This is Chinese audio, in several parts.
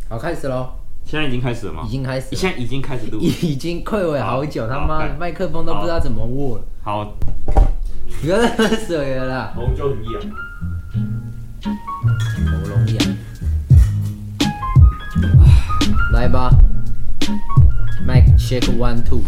好，开始喽！ 现在已经开始了吗？ 已经开始了， 现在已经开始录了， 已经睽违好久，他妈的麦克风都不知道怎么握了。 好， 不要再喝水了啦， 喉咙就很痒。 喉咙痒。来吧，Mic check 1 2。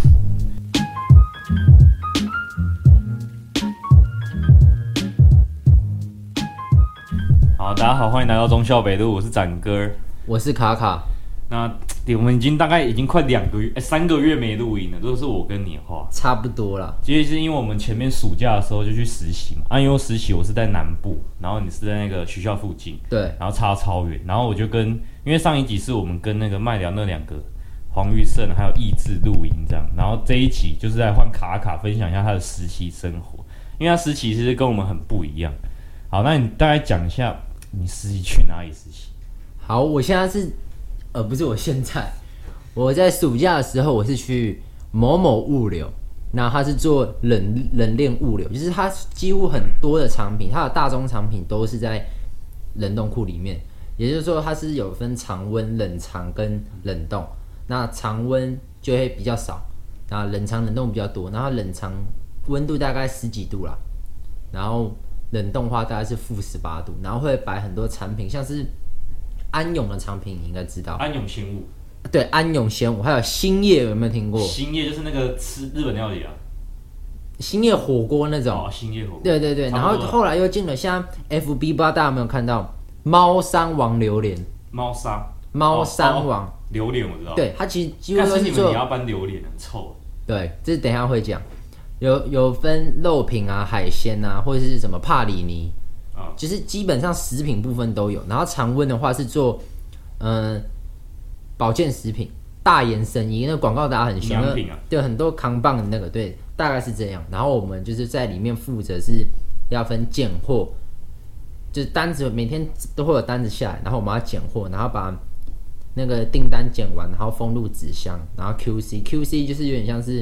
好，大家好，欢迎来到忠孝北路，我是展哥。 我是卡卡。 那我们大概已经快2个月、3个月没录音了。如果是我跟你的话， 差不多啦。 其实是因为我们前面暑假的时候就去实习嘛，因为实习我是在南部，然后你是在那个学校附近， 对， 然后差超远，然后我就因为上一集是我们跟那个麦聊那2个黄玉胜还有意志录音这样，然后这一集就是来换卡卡分享一下他的实习生活，因为他实习其实跟我们很不一样。好，那你大概讲一下你实习去哪里实习？ 好，我现在是，不是我现在，我在暑假的时候我是去某某物流，那他是做冷链物流，就是他几乎很多的产品，它的大宗产品都是在冷冻库里面，也就是说它是有分常温、冷藏跟冷冻，那常温就会比较少，那冷藏冷冻比较多，然后冷藏温度大概10几度啦，然后冷冻的话大概是-18度，然后会摆很多产品，像是安永的产品，你应该知道。 安永鲜物。 对，安永鲜物，还有兴业，有没有听过？ 兴业就是那个吃日本料理啊。 兴业火锅那种。 哦，兴业火锅。 对对对，然后后来又进了像 FB， 不知道大家有没有看到猫山王榴莲。 猫山王榴莲我知道。 对，它其实几乎都是是做。 你们也要搬榴莲，很臭。 对，这等一下会讲。有分肉品啊、海鲜啊，或者是什么帕里尼，就是基本上食品部分都有。然后常温的话是做，保健食品，大延伸衣，那广告打很凶，对，很多扛棒的那个，对，大概是这样。然后我们就是在里面负责是要分拣货，就是单子每天都会有单子下来，然后我们要拣货，然后把那个订单拣完，然后封入纸箱，然后 QC 就是有点像是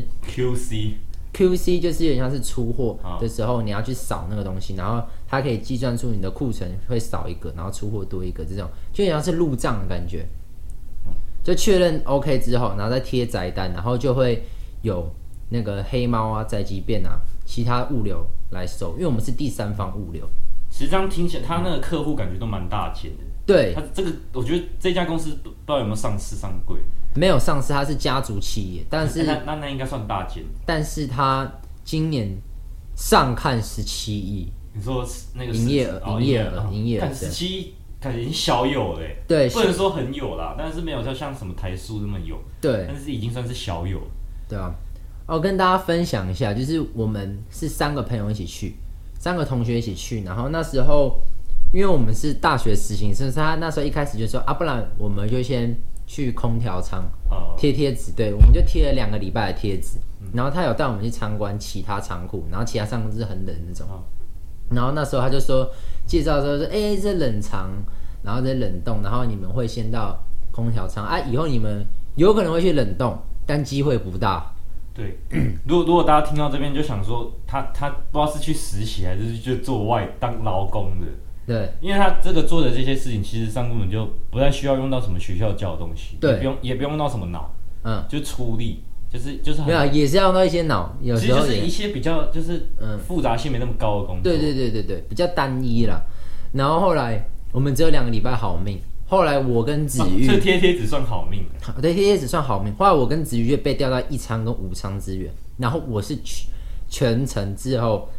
QC 就是有点像是出货的时候，你要去扫那个东西，然后它可以计算出你的库存会少一个，然后出货多一个，这种就有点像是入账的感觉。就确认 OK 之后，然后再贴载单，然后就会有那个黑猫啊、宅急便啊、其他物流来收，因为我们是第三方物流。 其实这样听起来，他那个客户感觉都蛮大间的。 对， 他这个我觉得这家公司不知道有没有上市上柜。 没有上市，它是家族企业，但是那应该算大间。 但是它今年上看17亿。 你说那个营业额， 看17亿，感觉已经小有了。 对， 不能说很有啦，但是没有像什么台塑那么有。 对， 但是已经算是小有了。 对啊，我跟大家分享一下，就是我们是3个朋友一起去，3个同学一起去，然后那时候因为我们是大学实习生，所以他那时候一开始就说不然我们就先去空调仓贴贴纸，对，我们就贴了2个礼拜的贴纸，然后他有带我们去参观其他仓库，然后其他仓库是很冷那种，然后那时候他就说介绍说这冷藏，然后这冷冻，然后你们会先到空调仓以后你们有可能会去冷冻，但机会不大。 对，如果大家听到这边就想说他不知道是去实习还是去做外当劳工的。 对， 因为他这个做的这些事情，其实上根本就不太需要用到什么学校教的东西， 对， 也不用用到什么脑，就出力，就是没有，也是要用到一些脑，有时候就是一些比较就是复杂性没那么高的工作， 对，比较单一啦。然后后来我们只有2个礼拜好命，后来我跟子玉， 这贴贴纸算好命， 对，贴贴纸算好命。后来我跟子玉就被调到1仓跟5仓支援，然后我是全程之后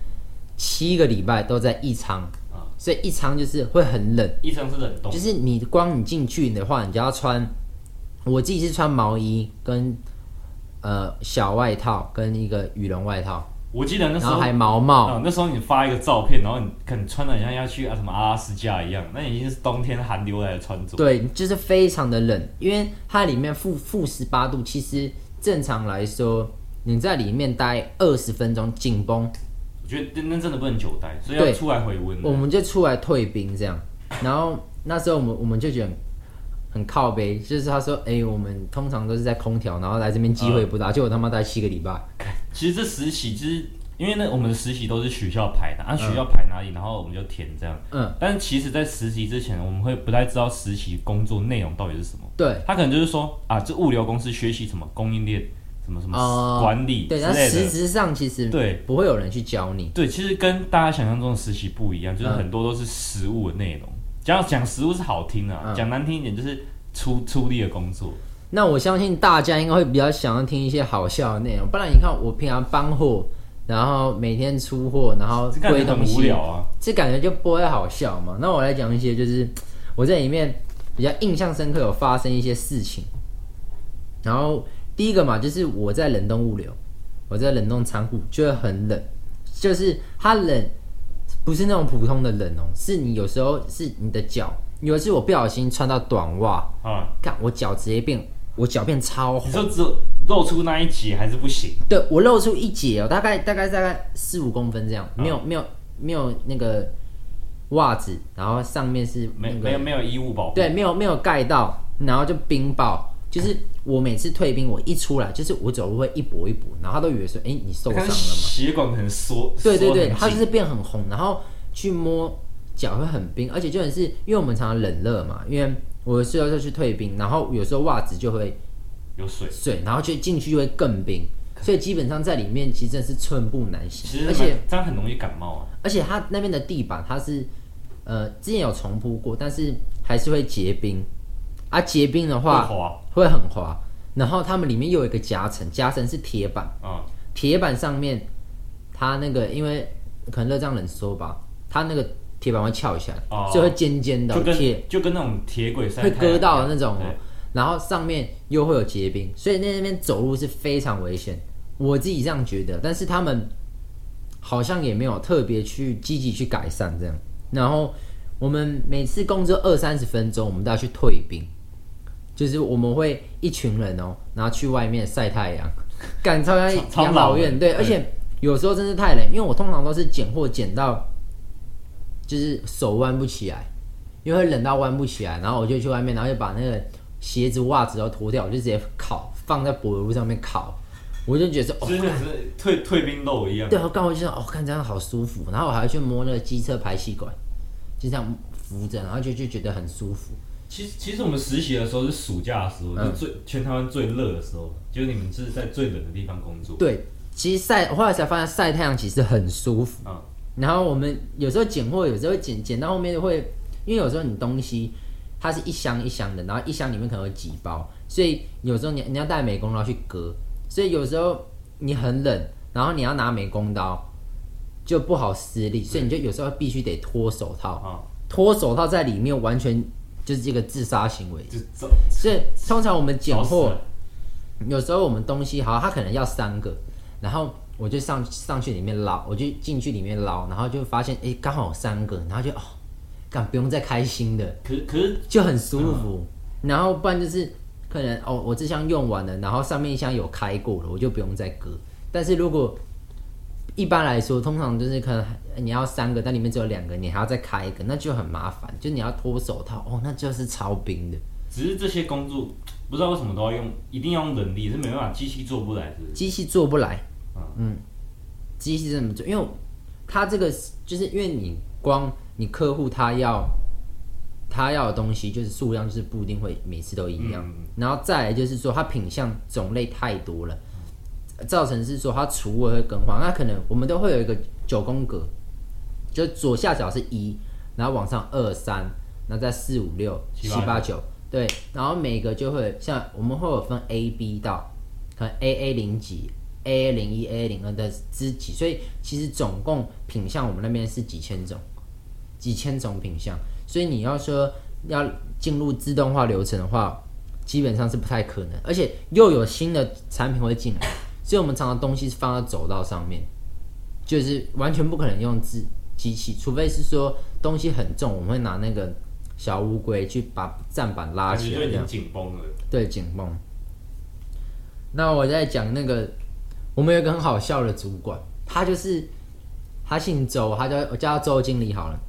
7个礼拜都在1仓。所以1仓就是会很冷 ，1仓是冷冻， 就是你进去的话，你就要穿，我自己是穿毛衣跟小外套跟一个羽绒外套。 我记得那时候， 然后还毛帽。 那时候你发一个照片，然后你可能穿的像要去什么阿拉斯加一样，那已经是冬天寒流来的穿着。 对，就是非常的冷，因为它里面-18度，其实正常来说，你在里面待20分钟紧绷。 我觉得那真的不能久待，所以要出来回温。 我们就出来退冰这样，然后那时候我们就觉得很靠北，就是他说，我们通常都是在空调，然后来这边机会不大，结果他妈待7个礼拜。 其实这实习，其实因为呢我们的实习都是学校排的，学校排哪里，然后我们就填这样。但是其实，在实习之前，我们会不太知道实习工作内容到底是什么。 对， 他可能就是说这物流公司学习什么供应链。什么管理之类的， 对，但实质上其实对不会有人去教你。 对，其实跟大家想象中的实习不一样，就是很多都是实务的内容。讲实务是好听啊，讲难听一点就是出力的工作。 那我相信大家应该会比较想要听一些好笑的内容，不然你看我平常搬货，然后每天出货，然后归东西， 很无聊啊， 这感觉就不会好笑嘛。那我来讲一些，就是我在里面比较印象深刻，有发生一些事情，然后。第一个嘛，就是我在冷冻物流，我在冷冻仓库就会很冷，就是它冷，不是那种普通的冷哦，是你有时候是你的脚，有一次我不小心穿到短袜，看我脚直接变，我脚变超红。 你说只露出那一节还是不行？ 对，我露出一节哦，大概4-5公分这样，没有那个袜子，然后上面是没有衣物保护， 对，没有盖到，然后就冰爆。就是我每次退兵，我一出来，就是我走路会一跛，然后他都以为说，你受伤了吗？ 血管可能缩， 对，他就是变很红，然后去摸脚会很冰，而且就很是因为我们常常冷热嘛，因为我有时候去退兵，然后有时候袜子就会有水， 然后就进去就会更冰，所以基本上在里面其实真的是寸步难行， 其实而且这样很容易感冒啊。 而且它那边的地板它是之前有重铺过，但是还是会结冰。结冰的话会很滑，然后他们里面又有一个夹层是铁板，铁板上面它那个因为可能热胀冷缩吧，它那个铁板会翘起来，所以会尖尖的， 就跟那种铁轨会割到的那种然后上面又会有结冰，所以那边走路是非常危险，我自己这样觉得，但是他们好像也没有特别去积极去改善这样，然后我们每次工作20-30分钟，我们都要去退兵。就是我们会一群人然后去外面晒太阳，赶超像养老院，对，而且有时候真是太冷，因为我通常都是捡货捡到，就是手弯不起来，因为会冷到弯不起来，然后我就去外面，然后就把那个鞋子、袜子都脱掉，我就直接放在柏油路上面烤，我就觉得就是退兵肉一样。 对，我刚回去看这样好舒服，然后我还会去摸那个机车排气管，就这样扶着，然后就觉得很舒服。 其实我们实习的时候是暑假的时候，就全台湾最热的时候，就是你们是在最冷的地方工作。 对，其实我后来才发现晒太阳其实很舒服。然后我们有时候捡货，有时候捡到后面会，因为有时候你东西它是一箱一箱的，然后一箱里面可能有几包，所以有时候你要带美工刀去割，所以有时候你很冷，然后你要拿美工刀就不好施力，所以你就有时候必须得脱手套。脱手套在里面完全。就是这个自杀行为，所以通常我们捡货，有时候我们东西好，他可能要3个，然后我就上去里面捞，我就进去里面捞，然后就发现刚好有3个，然后就不用再开新的， 可是就很舒服。然后不然就是可能我这箱用完了，然后上面一箱有开过了，我就不用再割。但是如果一般来说，通常就是可能你要3个，但里面只有2个，你还要再开一个，那就很麻烦。就你要脱手套，那就是超冰的。 只是这些工作不知道为什么都要一定要用人力，是没办法，机器做不来，是不是？ 机器做不来，机器这么做，因为它这个就是因为你光你客户他要的东西就是数量就是不一定会每次都一样，然后再来就是说它品项种类太多了。造成是说它厨卫会更换，那可能我们都会有一个9宫格，就左下角是1，然后往上2、3，然后再4、5、6、7、8、9，对，然后每个就会像我们会有分 A、B 道，可能 AA0几、AA01、AA02的之几，所以其实总共品项我们那边是几千种品项，所以你要说要进入自动化流程的话，基本上是不太可能，而且又有新的产品会进来。所以我们常常东西放在走道上面，就是完全不可能用机器，除非是说东西很重，我们会拿那个小乌龟去把站板拉起来， 就已经紧绷了。 对，紧绷。那我在讲那个，我们有一个很好笑的主管，他姓周，我叫他周经理好了。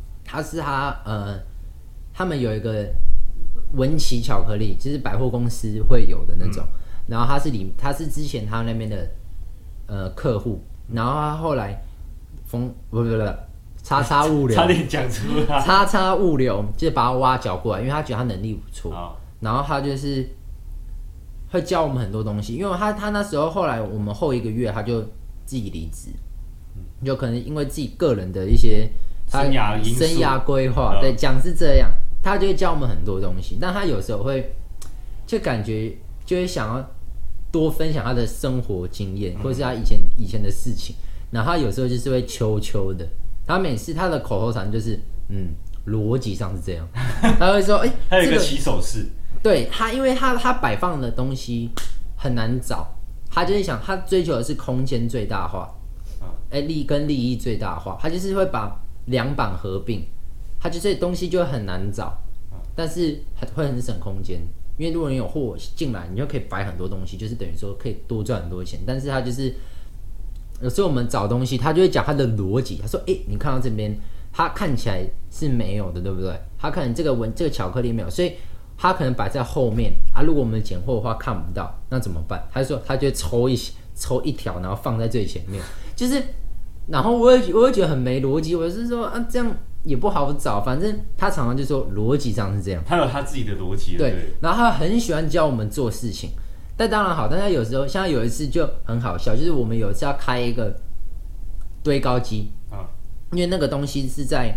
他们有一个文奇巧克力，就是百货公司会有的那种。然后他是之前他那边的客户， 然后他后来不，叉叉物流， 差点讲出来， 叉叉物流就是把他挖角过来，因为他觉得他能力不错，然后他就是会教我们很多东西，因为他那时候后来我们后1个月他就自己离职，就可能因为自己个人的一些生涯规划，对，讲是这样，他就会教我们很多东西，但他有时候会就感觉就会想要多分享他的生活经验，或是他以前的事情，然后他有时候就是会秋的，他每次他的口头禅就是逻辑上是这样，他会说他有一个起手式， 对他，因为他摆放的东西很难找，他就是想他追求的是空间最大化，跟利益最大化，他就是会把2版合并，他就这东西就会很难找，但是会很省空间，因为如果你有货进来，你就可以摆很多东西，就是等于说可以多赚很多钱，但是他就是有时候我们找东西，他就会讲他的逻辑，他说你看到这边，它看起来是没有的，对不对？他可能这个巧克力没有，所以他可能摆在后面啊。如果我们拣货的话看不到，那怎么办？他就说他就会抽一条，然后放在最前面，就是，然后我会觉得很没逻辑。我是说这样也不好找，反正他常常就说逻辑上是这样， 他有他自己的逻辑， 对。然后他很喜欢教我们做事情，但当然好，但他有时候像有一次就很好笑，就是我们有一次要开一个堆高机因为那个东西是在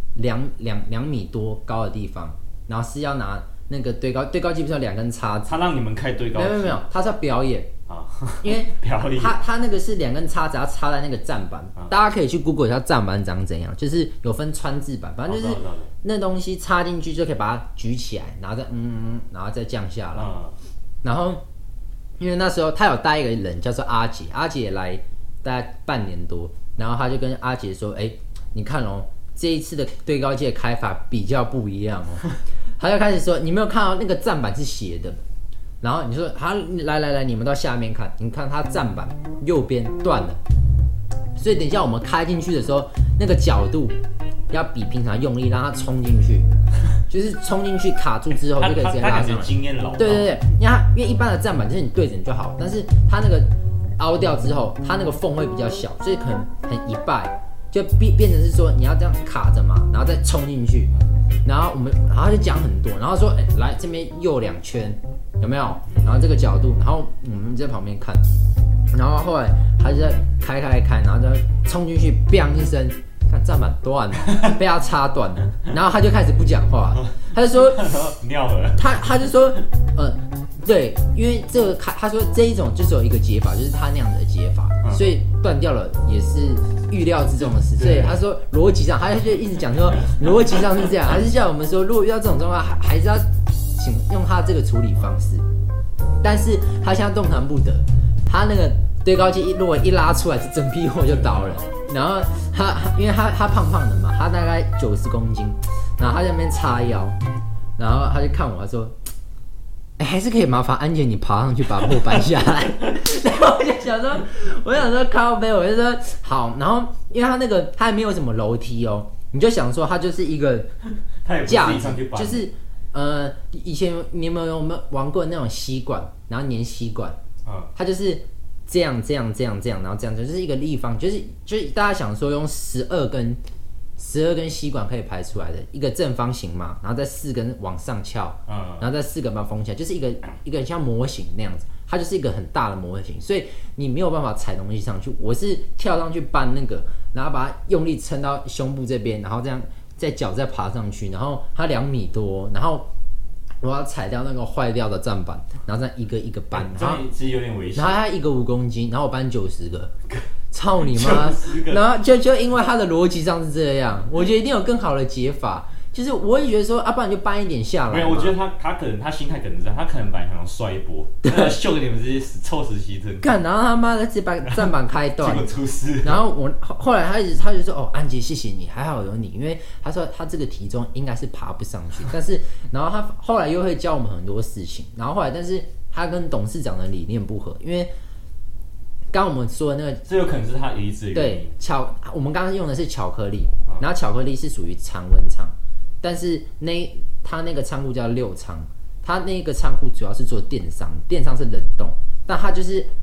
2米多高的地方，然后是要拿那个堆高机，不是有2根叉子？ 他让你们开堆高机？ 没有，他是要表演因为表演他那个是2根叉子要插在那个站板，大家可以去 Google 一下站板长怎样，就是有分川字板，反正就是那东西插进去就可以把它举起来，然后再然后再降下来。然后因为那时候他有带一个人叫做阿姐，阿姐来大概半年多，然后他就跟阿姐说：“你看这一次的堆高机的开法比较不一样他就开始说：“你没有看到那个站板是斜的。”然后你说：“好，来，你们到下面看，你看它站板右边断了，所以等一下我们开进去的时候，那个角度要比平常用力，让它冲进去，就是冲进去卡住之后就可以直接拉上来。” 经验老道。 对，因为一般的站板就是你对准就好，但是它那个凹掉之后，它那个缝会比较小，所以可能很一败。就变成是说你要这样卡着嘛，然后再冲进去，然后他就讲很多，然后说来这边右2圈有没有？然后这个角度，然后我们在旁边看，然后后来他就在开，然后就冲进去，bang一声，看站板断了，被他插断了，然后他就开始不讲话，他就说尿了， 他就说对，因为这个他说这一种就是有一个解法，就是他那样的解法，所以断掉了也是预料之中的事。所以他说逻辑上，他就一直讲说逻辑上是这样，还是叫我们说，如果遇到这种状况，还是要请用他这个处理方式。但是他现在动弹不得，他那个堆高机如果一拉出来，是整批货就倒了。然后因为他胖胖的嘛，他大概90公斤，然后他在那边叉腰，然后他就看我，他说。还是可以麻烦安姐你爬上去把货搬下来，然后我想说靠背，我就说好，然后因为他还没有什么楼梯你就想说它就是一个架子，就是以前你们有没有玩过那种吸管，然后粘吸管，它就是这样，然后这样就是一个立方，就是大家想说用12根吸管可以排出来的一个正方形嘛，然后再4根往上翘，然后再4根把它封起来，就是一个像模型那样子，它就是一个很大的模型，所以你没有办法踩东西上去。我是跳上去搬那个，然后把它用力撑到胸部这边，然后这样再脚再爬上去，然后它2米多，然后我要踩掉那个坏掉的站板，然后再一个一个搬， 这样其实有点危险。 然后它一个5公斤，然后我搬90个。操你妈！然后就因为他的逻辑上是这样，我觉得一定有更好的解法。就是我也觉得说，不然你就搬一点下来。 没有，我觉得他可能他心态可能是这样，他可能本来想要摔一波，秀给你们这些臭实习生。 干，然后他妈的直接把站板开断， 结果出事。 然后后来他就说：“安杰，谢谢你，还好有你。”因为他说他这个体重应该是爬不上去，但是然后他后来又会教我们很多事情。然后后来，但是他跟董事长的理念不合，因为。刚刚我们说的那个， 这有可能是他离职的原因。 对，我们刚刚用的是巧克力，然后巧克力是属于常温仓，但是他那个仓库叫6仓，他那个仓库主要是做电商，电商是冷冻，但他就是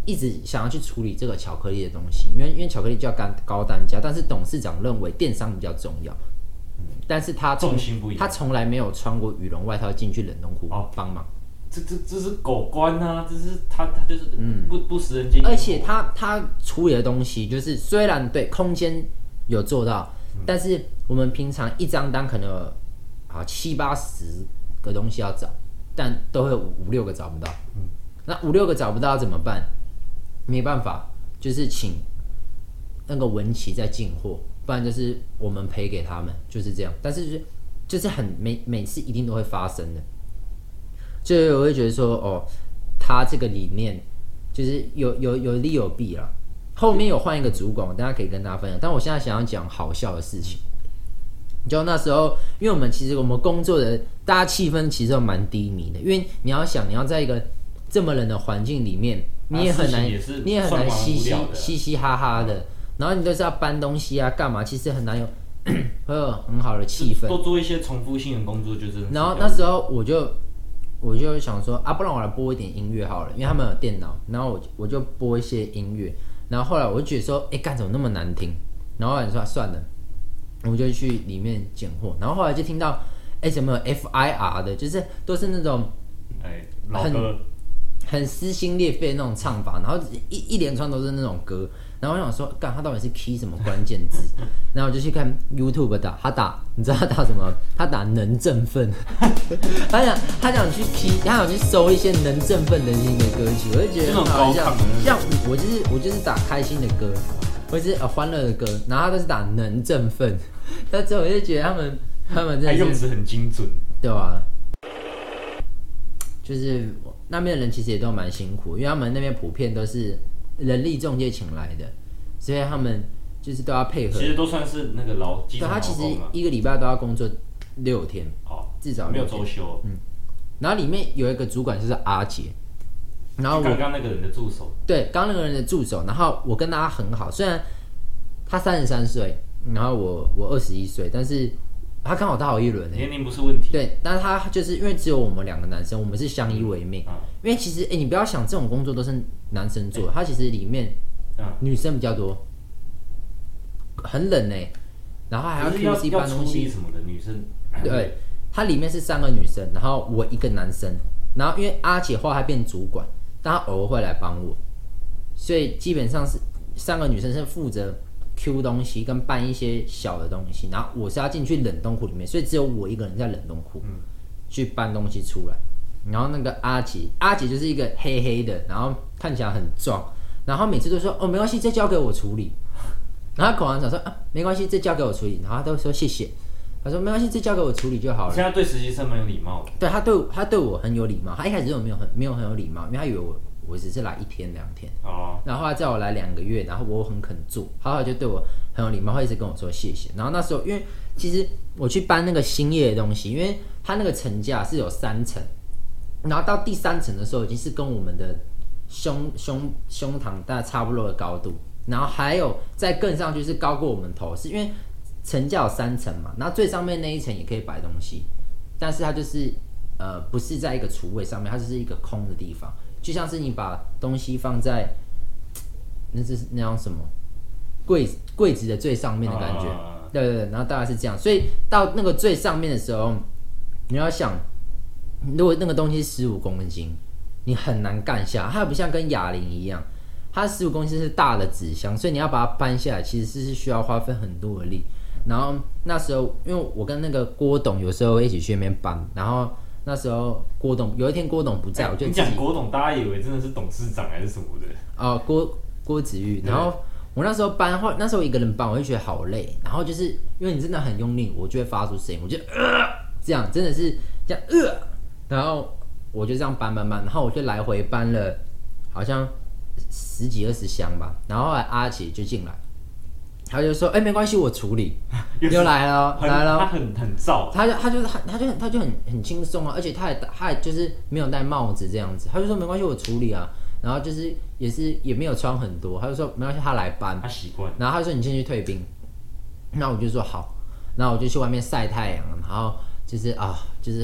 一直想要去处理这个巧克力的东西，因为巧克力比较高单价，但是董事长认为电商比较重要，但是重心不一样， 他从来没有穿过羽绒外套进去冷冻库帮忙。 这是狗官啊，这是他就是不食人间烟火。 而且他处理的东西就是虽然对空间有做到，但是我们平常一张单可能有70-80个东西要找，但都会有5-6个找不到。那5-6个找不到怎么办？没办法，就是请那个文琪再进货，不然就是我们赔给他们，就是这样。但是就是很每次一定都会发生的，所以我会觉得说，他这个理念就是有利有弊啦。后面有换一个主管，大家可以跟大家分享。但我现在想要讲好笑的事情，就那时候，因为我们工作的大家气氛其实都蛮低迷的，因为你要想你要在一个这么冷的环境里面。你也很难嘻嘻哈哈的，然后你都是要搬东西啊，干嘛？其实很难会有很好的气氛。 多做一些重复性的工作，就是。 然后那时候我就想说不然我来播一点音乐好了，因为他们有电脑，然后我就播一些音乐。然后后来我就觉得说，干怎么那么难听？然后后来说算了，我就去里面拣货。然后后来就听到什么有 FIR 的，就是都是那种老歌。 很撕心裂肺的那种唱法，然后一连串都是那种歌，然后我想说，他到底是 key 什么关键字？然后我就去看 YouTube 你知道他打什么？他打能振奋，他想去 key， 他想去搜一些能振奋人心的歌曲，我就觉得很好笑。像我就是打开心的歌，或是欢乐的歌，然后他都是打能振奋，但之后我就觉得他们真的是用词很精准， 对吧？就是那边的人其实也都蛮辛苦，因为他们那边普遍都是人力中介请来的，所以他们就是都要配合。 其实都算是那个基层劳工。对， 他其实一个礼拜都要工作6天，至少6天没有周休。 然后里面有一个主管就是阿杰，然后刚刚那个人的助手。 对，刚那个人的助手。然后我跟他很好，虽然他33岁，然后我21岁，但是。他刚好大我1轮年龄不是问题。 对，但是他就是因为只有我们2个男生，我们是相依为命。因为其实你不要想这种工作都是男生做，他其实里面女生比较多，很冷然后还要 QC 搬东西什么的，女生。 对，他里面是3个女生，然后我1个男生，然后因为阿姐后来变主管，但她偶尔会来帮我，所以基本上是3个女生是负责。Q 东西跟搬一些小的东西，然后我是要进去冷冻库里面，所以只有我1个人在冷冻库去搬东西出来。然后那个阿姐就是一个黑黑的，然后看起来很壮，然后每次都说没关系，这交给我处理。然后口行长说没关系，这交给我处理，然后他都说谢谢，他说没关系，这交给我处理就好了。 现在对实习生蛮有礼貌的。 对，他对我很有礼貌，他一开始就没有很有礼貌，因为他以为我只是来1天2天，然后后来叫我来2个月，然后我很肯做，后来就对我很有礼貌，会一直跟我说谢谢。然后那时候因为其实我去搬那个兴业的东西，因为它那个层架是有3层，然后到第3层的时候已经是跟我们的胸膛大概差不多的高度，然后还有再更上去是高过我们头，是因为层架有3层嘛，然后最上面那一层也可以摆东西，但是它就是不是在一个橱位上面，它就是一个空的地方。就像是你把东西放在那样什么柜子的最上面的感觉，对，然后大概是这样。所以到那个最上面的时候，你要想，如果那个东西15公斤，你很难干下。它不像跟哑铃一样，它15公斤是大的纸箱，所以你要把它搬下来，其实是需要花费很多的力。然后那时候，因为我跟那个郭董有时候一起去那边搬，然后。那时候有一天郭董不在，我就你讲郭董，大家以为真的是董事长还是什么的郭子玉。然后我那时候搬，那时候1个人搬，我就觉得好累。然后就是因为你真的很用力，我就会发出声音，我就这样，真的是这样然后我就这样搬，然后我就来回搬了好像10几20箱吧。然后后来阿姐就进来。他就说：“没关系，我处理。”又来了， 他很燥， 他就很轻松啊，而且他也就是没有戴帽子这样子。他就说：“没关系，我处理啊。”然后就是也没有穿很多，他就说：“没关系，他来搬， 他习惯。” 然后他说：“你先去退兵。”那我就说好，然后我就去外面晒太阳，然后就是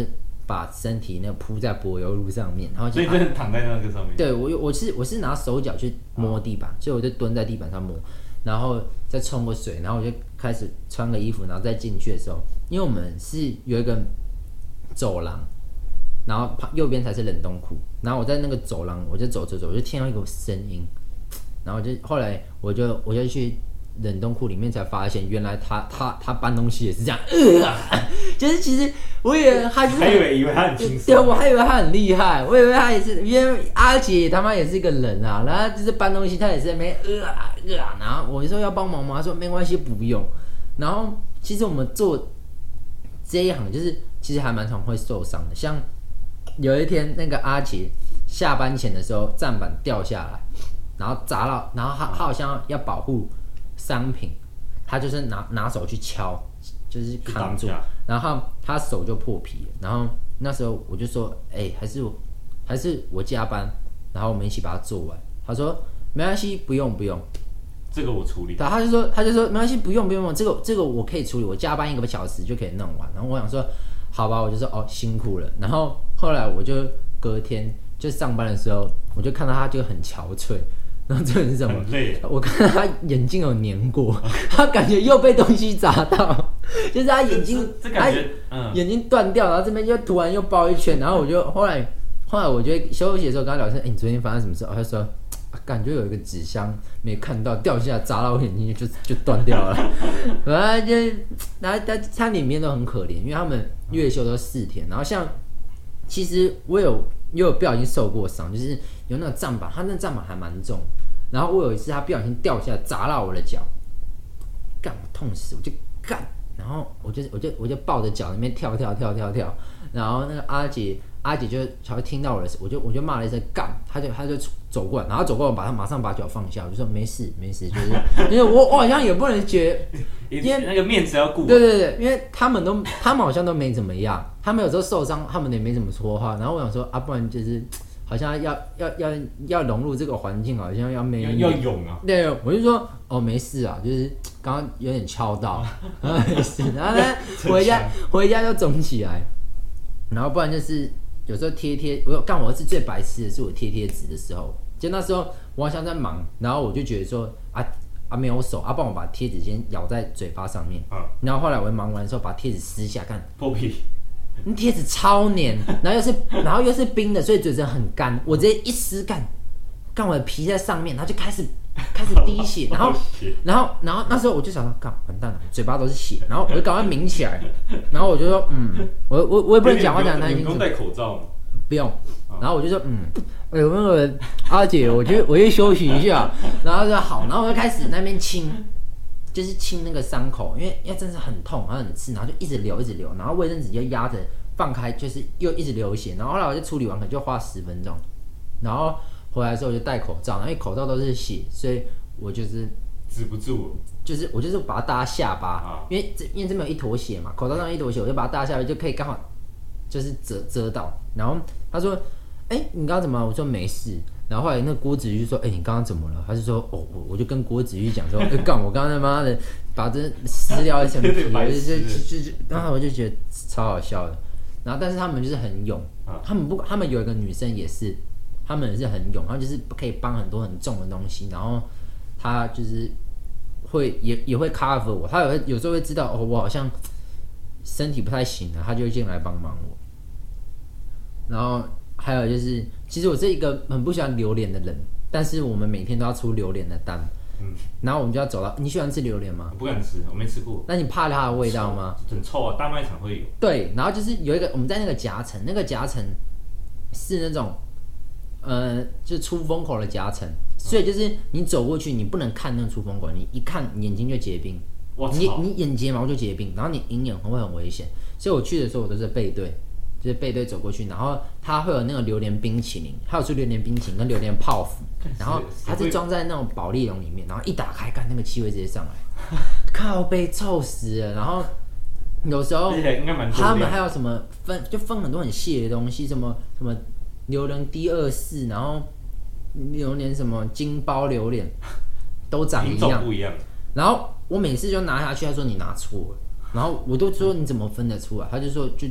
把身体那铺在柏油路上面，然后所以真的躺在那个上面。 对，我是拿手脚去摸地板，所以我就蹲在地板上摸，然后再冲个水，然后我就开始穿个衣服，然后再进去的时候，因为我们是有一个走廊，然后右边才是冷冻库，然后我在那个走廊，我就走，我就听到一个声音，然后后来我就去冷冻库里面才发现，原来他搬东西也是这样，就是其实我以为他就是还以为他很轻松， 对，我还以为他很厉害，我以为他也是，因为阿姐他妈也是一个人啊，然后就是搬东西，他也是在那边然后我就说要帮忙吗？他说没关系，不用。然后其实我们做这一行，就是其实还蛮常会受伤的，像有一天那个阿姐下班前的时候，站板掉下来，然后砸到，然后他好像要保护商品，他就是拿手去敲，就是扛住，然后他手就破皮了。然后那时候我就说，还是我加班，然后我们一起把它做完。他说没关系，不用， 这个我处理。 他就说没关系，不用，这个我可以处理，我加班1个小时就可以弄完。然后我想说，好吧，我就说辛苦了。然后后来我就隔天就上班的时候，我就看到他就很憔悴。然后这是什么？ 很累。 我看到他眼睛有粘过，他感觉又被东西砸到，就是他眼睛， 这感觉， 眼睛断掉，然后这边就突然又包一圈，然后我就后来我觉得休息的时候跟他聊天，你昨天发生什么事？他说感觉有一个纸箱没看到掉下来砸到我眼睛就断掉了，反正就他里面都很可怜，因为他们月休都4天，然后像其实我有不小心受过伤，就是有那个站板，他那站板还蛮重。然后我有一次他不小心掉下来砸到我的脚，干我痛死，我就干，然后我就抱着脚那边跳，然后那个阿姐就才会听到我的，我就骂了一声干，他就走过来，然后走过来马上把脚放下，我就说没事，就是因为我好像也不能觉得，因为那个面子要顾。 对，因为他们好像都没怎么样，他们有时候受伤，他们也没怎么说话，然后我想说不然就是。好像要融入这个环境，好像要勇啊！ 对，我就说没事啊，就是刚刚有点敲到，没事。然后呢，回家就肿起来，然后不然就是有时候贴，我是最白痴的是我贴纸的时候，就那时候我好像在忙，然后我就觉得说没有手帮我把贴纸先咬在嘴巴上面，然后后来我忙完的时候把贴纸撕下，看破皮。 贴纸超黏，然后又是冰的，所以嘴唇很干。我直接一撕干我的皮在上面，然后就开始滴血，然后那时候我就想说，干完蛋了，嘴巴都是血，然后我就赶快抿起来，然后我就说，我也不能讲话讲太清楚。 不用戴口罩吗？ 不用。然后我就说，有那个阿姐，我去休息一下，然后说好，然后我就开始那边清。就是清那个伤口，因为真是很痛，然后很刺，然后就一直流，然后卫生纸就压着放开，就是又一直流血，然后后来我就处理完，可能就花10分钟，然后回来的时候我就戴口罩，因为口罩都是血，所以我就是止不住， 我就是把它搭下巴，因为这边有一坨血嘛，口罩上一坨血，我就把它搭下巴，就可以刚好就是遮到。然后他说：“你刚刚怎么了？”我说：“没事。”然后后来那个郭子瑜就说：“你刚刚怎么了？”他就说：“我就跟郭子瑜讲说，干我刚刚他妈的把这撕掉一层皮，然后我就觉得超好笑的。然后但是他们就是很勇，他们有一个女生也是，他们也是很勇，然后就是可以帮很多很重的东西，然后他就是也会 cover 我，他有时候会知道我好像身体不太行了，他就会进来帮忙我。然后还有就是，其实我是一个很不喜欢榴莲的人，但是我们每天都要出榴莲的单，然后我们就要走到，你喜欢吃榴莲吗？ 我不敢吃，我没吃过。 那你怕它的味道吗？ 很臭啊，大卖场会有。 对，然后就是有一个我们在那个夹层，是那种就是出风口的夹层，所以就是你走过去，你不能看那个出风口，你一看眼睛就结冰，你眼睫毛就结冰，然后你隐眼会很危险。所以我去的时候我都是背对。就是背对走过去，然后它会有那个榴莲冰淇淋，还有出榴莲冰淇淋跟榴莲泡芙，然后它是装在那种保丽龙里面，然后一打开，看那个气味直接上来，靠背臭死了。然后有时候他们还有什么分很多很细的东西，什么榴莲D24，然后榴莲什么金包榴莲都长一样， 不一样。 然后我每次就拿下去，他说你拿错了，然后我都说你怎么分得出来？他就说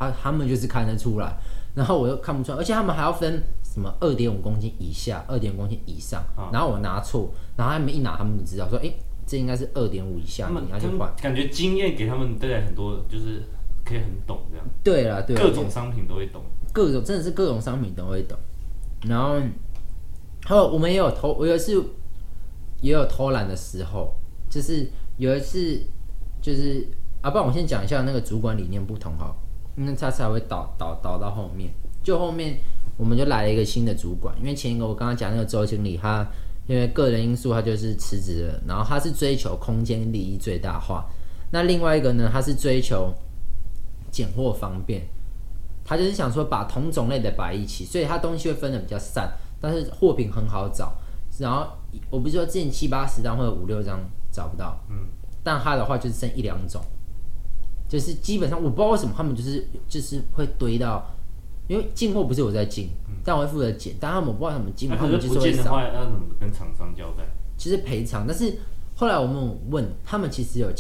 他们就是看得出来，然后我又看不出来，而且他们还要分什么2.5公斤以下、2.5公斤以上，然后我拿错，然后他们一拿，他们就知道说，这应该是2.5以下，你要去换。 感觉经验给他们带来很多，就是可以很懂这样。 对啦，对啦， 各种商品都会懂， 真的是各种商品都会懂。然后我们也有我有一次也有偷懒的时候，就是有一次就是不然我先讲一下那个主管理念不同哈，因为他才会导到后面，就后面我们就来了一个新的主管，因为前一个我刚刚讲那个周经理他。因为个人因素，他就是辞职了。然后他是追求空间利益最大化。那另外一个呢，他是追求拣货方便。他就是想说把同种类的摆一起，所以他东西会分得比较散，但是货品很好找。然后我不是说之前7、80张或者5、6张找不到，但他的话就是剩1、2种，就是基本上我不知道为什么他们就是会堆到。因为进货不是我在进，但我会负责捡。但他们不知道他们进货，他们就是会少。 要怎么跟厂商交代？ 其实赔偿，但是后来我们问他们，其实有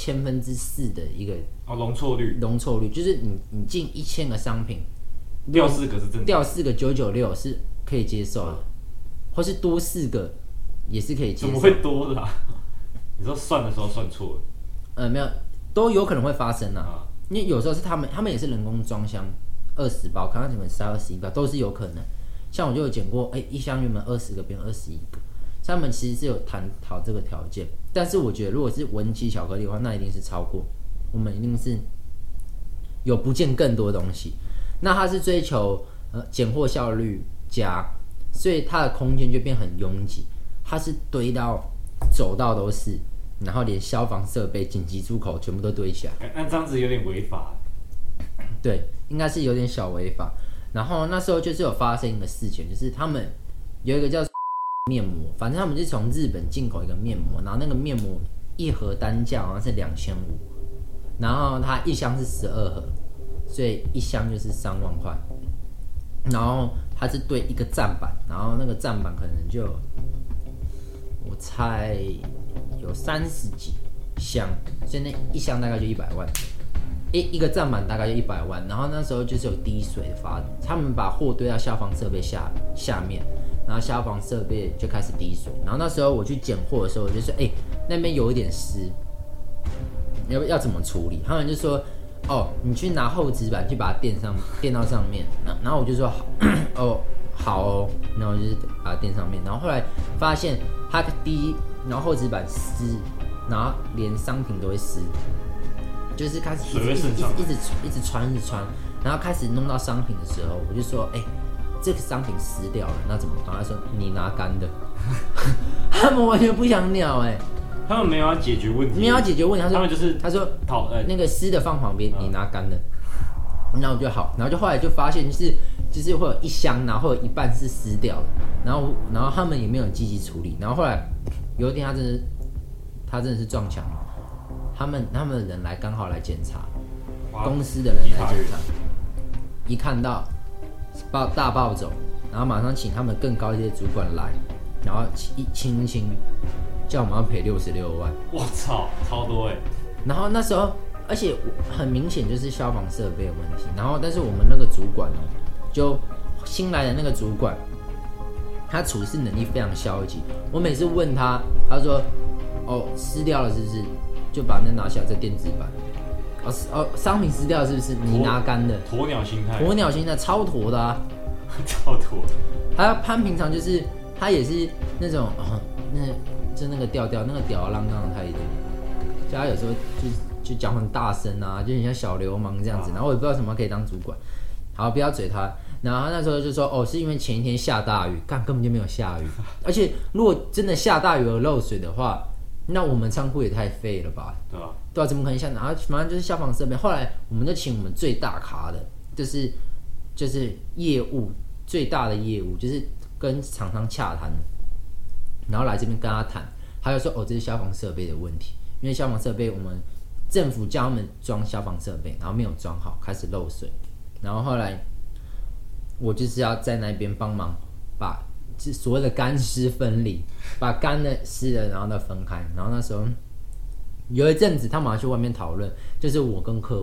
4%的一个容错率。 容错率就是你进1000个商品， 掉4个是正常， 掉4个996是可以接受的，或是多4个也是可以接受。 怎么会多的啊？你说算的时候算错了？ 没有，都有可能会发生啊。因为有时候是他们也是人工装箱。20包，看看你们塞21包都是有可能。像我就有捡过，一箱原本20个变21个，他们其实是有谈讨这个条件。但是我觉得，如果是文奇巧克力的话，那一定是超过，我们一定是有不见更多东西。那他是追求拣货效率加，所以它的空间就变很拥挤，它是堆到走道都是，然后连消防设备、紧急出口全部都堆起来。 那这样子有点违法。 对，应该是有点小违法。然后那时候就是有发生一个事情，就是他们有一个叫面膜，反正他们就从日本进口一个面膜，然后那个面膜一盒单价好像是2500，然后它一箱是12盒，所以一箱就是3万块。然后它是对一个站板，然后那个站板可能就我猜有30几箱，所以那一箱大概就100万。一个站板大概就100万，然后那时候就是有滴水的发，他们把货堆到消防设备下面，然后消防设备就开始滴水，然后那时候我去捡货的时候，我就说，那边有一点湿，要怎么处理？他们就说，你去拿厚纸板去把它垫到上面，然后我就说，好哦，然后就是把它垫上面，然后后来发现它滴，然后厚纸板湿，然后连商品都会湿。就是开始一直穿，然后开始弄到商品的时候，我就说，这个商品湿掉了，那怎么办？他说你拿干的，他们完全不想鸟他们没有要解决问题， 没有要解决问题，他说那个湿的放旁边，你拿干的，然后就好，然后就后来就发现就是会有一箱，然后会有一半是湿掉的，然后他们也没有积极处理，然后后来有一天他真的是撞墙了。他们的人刚好来检查，公司的人来检查，一看到大暴走，然后马上请他们更高阶主管来，然后一清，叫我们要赔66万。 我操，超多然后那时候，而且很明显就是消防设备的问题。然后，但是我们那个主管就新来的那个主管，他处事能力非常消极。我每次问他，他说：“湿掉了是不是？”就把那拿下来再垫纸板。商品湿掉是不是？你拿干的。 鸵鸟心态， 超鸵的啊， 超鸵。 他平常就是他也是那种那个调那个吊儿郎当的态度，就他有时候就讲很大声啊，就很像小流氓这样子。然后我也不知道什么可以当主管，好不要嘴他。然后他那时候就说是因为前一天下大雨，根本就没有下雨，而且如果真的下大雨而漏水的话。那我们仓库也太废了吧？对啊，怎么可能下？然后反正就是消防设备。后来我们就请我们最大咖的，就是业务最大的业务，就是跟厂商洽谈，然后来这边跟他谈，他就说这是消防设备的问题，因为消防设备我们政府叫他们装消防设备，然后没有装好，开始漏水。然后后来我就是要在那边帮忙把。所谓的干湿分离，把干的湿的然后再分开。然后那时候有一阵子他们要去外面讨论，就是我跟客户，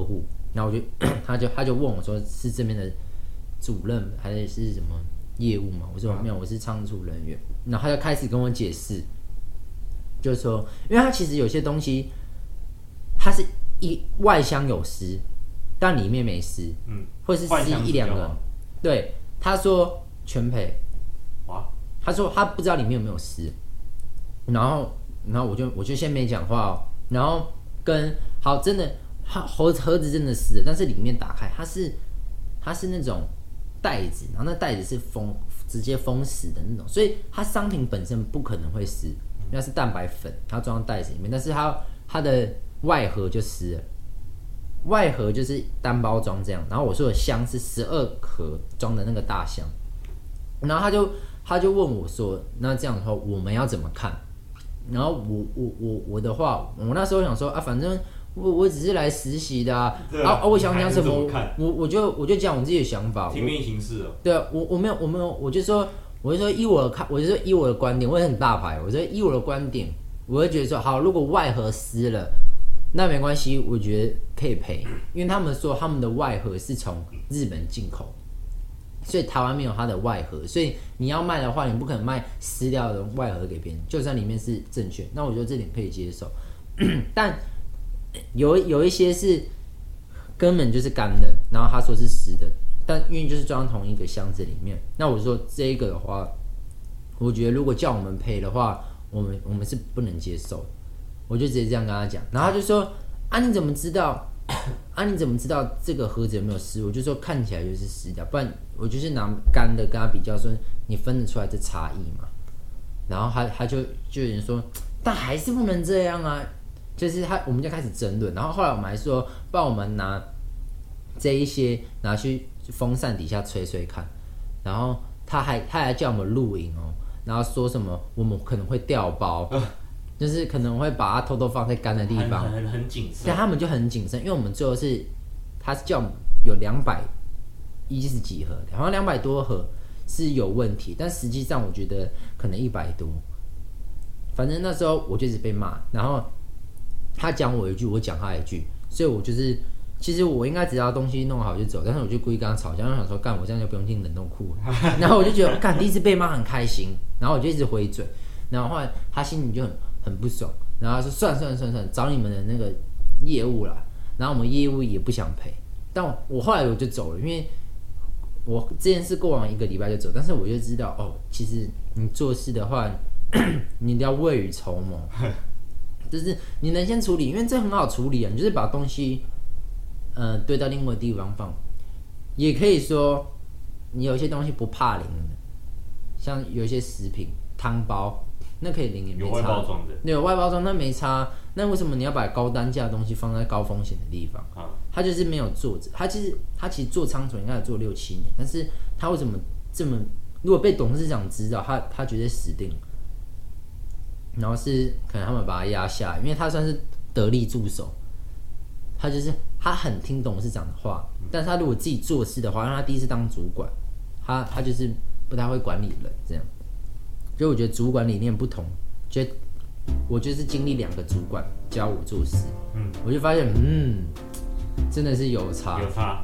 然后他就问我说是这边的主任还是什么业务嘛？我说没有，我是仓储人员。然后他就开始跟我解释，就是说，因为他其实有些东西，它是外箱有湿，但里面没湿，或是湿一两个。对，他说全赔。哇！他说他不知道里面有没有湿，然后我就先没讲话哦，然后好真的，盒子真的湿了，但是里面打开它是那种袋子，然后那袋子是直接封死的那种，所以它商品本身不可能会湿，那是蛋白粉，它装在袋子里面，但是它的外盒就湿了，外盒就是单包装这样，然后我说的箱是12盒装的那个大箱，然后他就问我说，那这样的话我们要怎么看？然后我的话，我那时候想说啊，反正我只是来实习的啊，我想讲什么，我就讲我自己的想法， 听命行事哦。 对啊，我没有，我就说以我的观点，我也很大牌，我说以我的观点，我会觉得说，好，如果外盒湿了，那没关系，我觉得可以赔，因为他们说他们的外盒是从日本进口。所以台湾没有它的外盒，所以你要卖的话，你不可能卖湿掉的外盒给别人，就算里面是正确，那我觉得这点可以接受。但有一些是根本就是干的，然后他说是湿的，但因为就是装同一个箱子里面，那我说这个的话，我觉得如果叫我们赔的话，我们是不能接受，我就直接这样跟他讲，然后他就说啊你怎么知道？你怎么知道这个盒子有没有湿？我就说看起来就是湿掉，不然我就是拿干的跟他比较，说你分得出来这差异嘛？然后他就有人说，但还是不能这样啊，就是我们就开始争论，然后后来我们还说，不然我们拿这一些拿去风扇底下吹吹看，然后他还叫我们录影哦，然后说什么我们可能会掉包。就是可能会把它偷偷放在干的地方， 很谨慎。 但他们就很谨慎，因为我们最后他是叫有210几盒，好像200多盒是有问题，但实际上我觉得可能100多。反正那时候我就一直被骂，然后他讲我一句，我讲他一句，所以我就是其实我应该只要东西弄好就走，但是我就故意跟他吵架，我想说干我这样就不用进冷冻库，然后我就觉得干第一次被骂很开心，然后我就一直回嘴，然后后来他心里就很不爽，然后他说算，找你们的那个业务啦，然后我们业务也不想赔，但我后来我就走了，因为我这件事过完1个礼拜就走，但是我就知道哦，其实你做事的话，你一定要未雨绸缪，就是你能先处理，因为这很好处理啊，你就是把东西堆到另外的地方放，也可以说你有一些东西不怕淋的，像有一些食品汤包。那可以淋也没差， 有外包装的， 对，有外包装那没差。那为什么你要把高单价的东西放在高风险的地方？他就是没有做着，他其实做仓储应该有做6-7年，但是他为什么这么？如果被董事长知道，他绝对死定了。然后是可能他们把他压下来，因为他算是得力助手，他很听董事长的话，但是他如果自己做事的话，让他第一次当主管，他就是不太会管理人这样。所以我觉得主管理念不同，我就是经历2个主管教我做事，我就发现，真的是有差。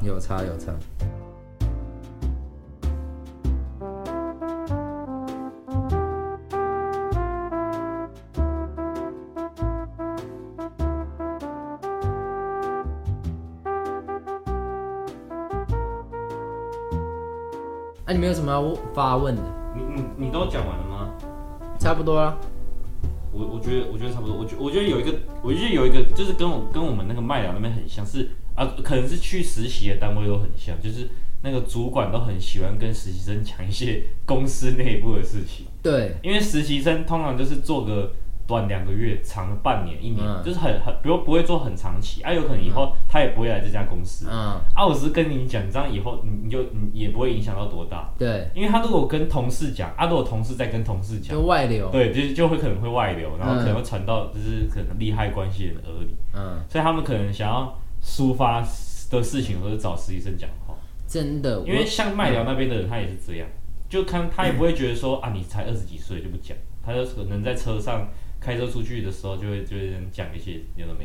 你们有什么要发问的？ 你都讲完了吗？ 差不多啦。 我觉得差不多。我觉得有一个就是跟我们那个麦寮那边很像，是可能是去实习的单位都很像，就是那个主管都很喜欢跟实习生讲一些公司内部的事情。 对，因为实习生通常就是做个短2个月，长的半年、1年，就是比如不会做很长期，有可能以后他也不会来这家公司。我只是跟你讲，这样以后你也不会影响到多大。 对， 因为他如果跟同事讲，如果同事再跟同事讲， 就外流。 对，就会可能会外流，然后可能会传到就是可能利害关系人的耳里。所以他们可能想要抒发的事情，或者找实习生讲话。 真的， 因为像麦寮那边的人，他也是这样，就看他也不会觉得说你才20几岁就不讲，他就可能在车上。开车出去的时候就会讲一些有的没的，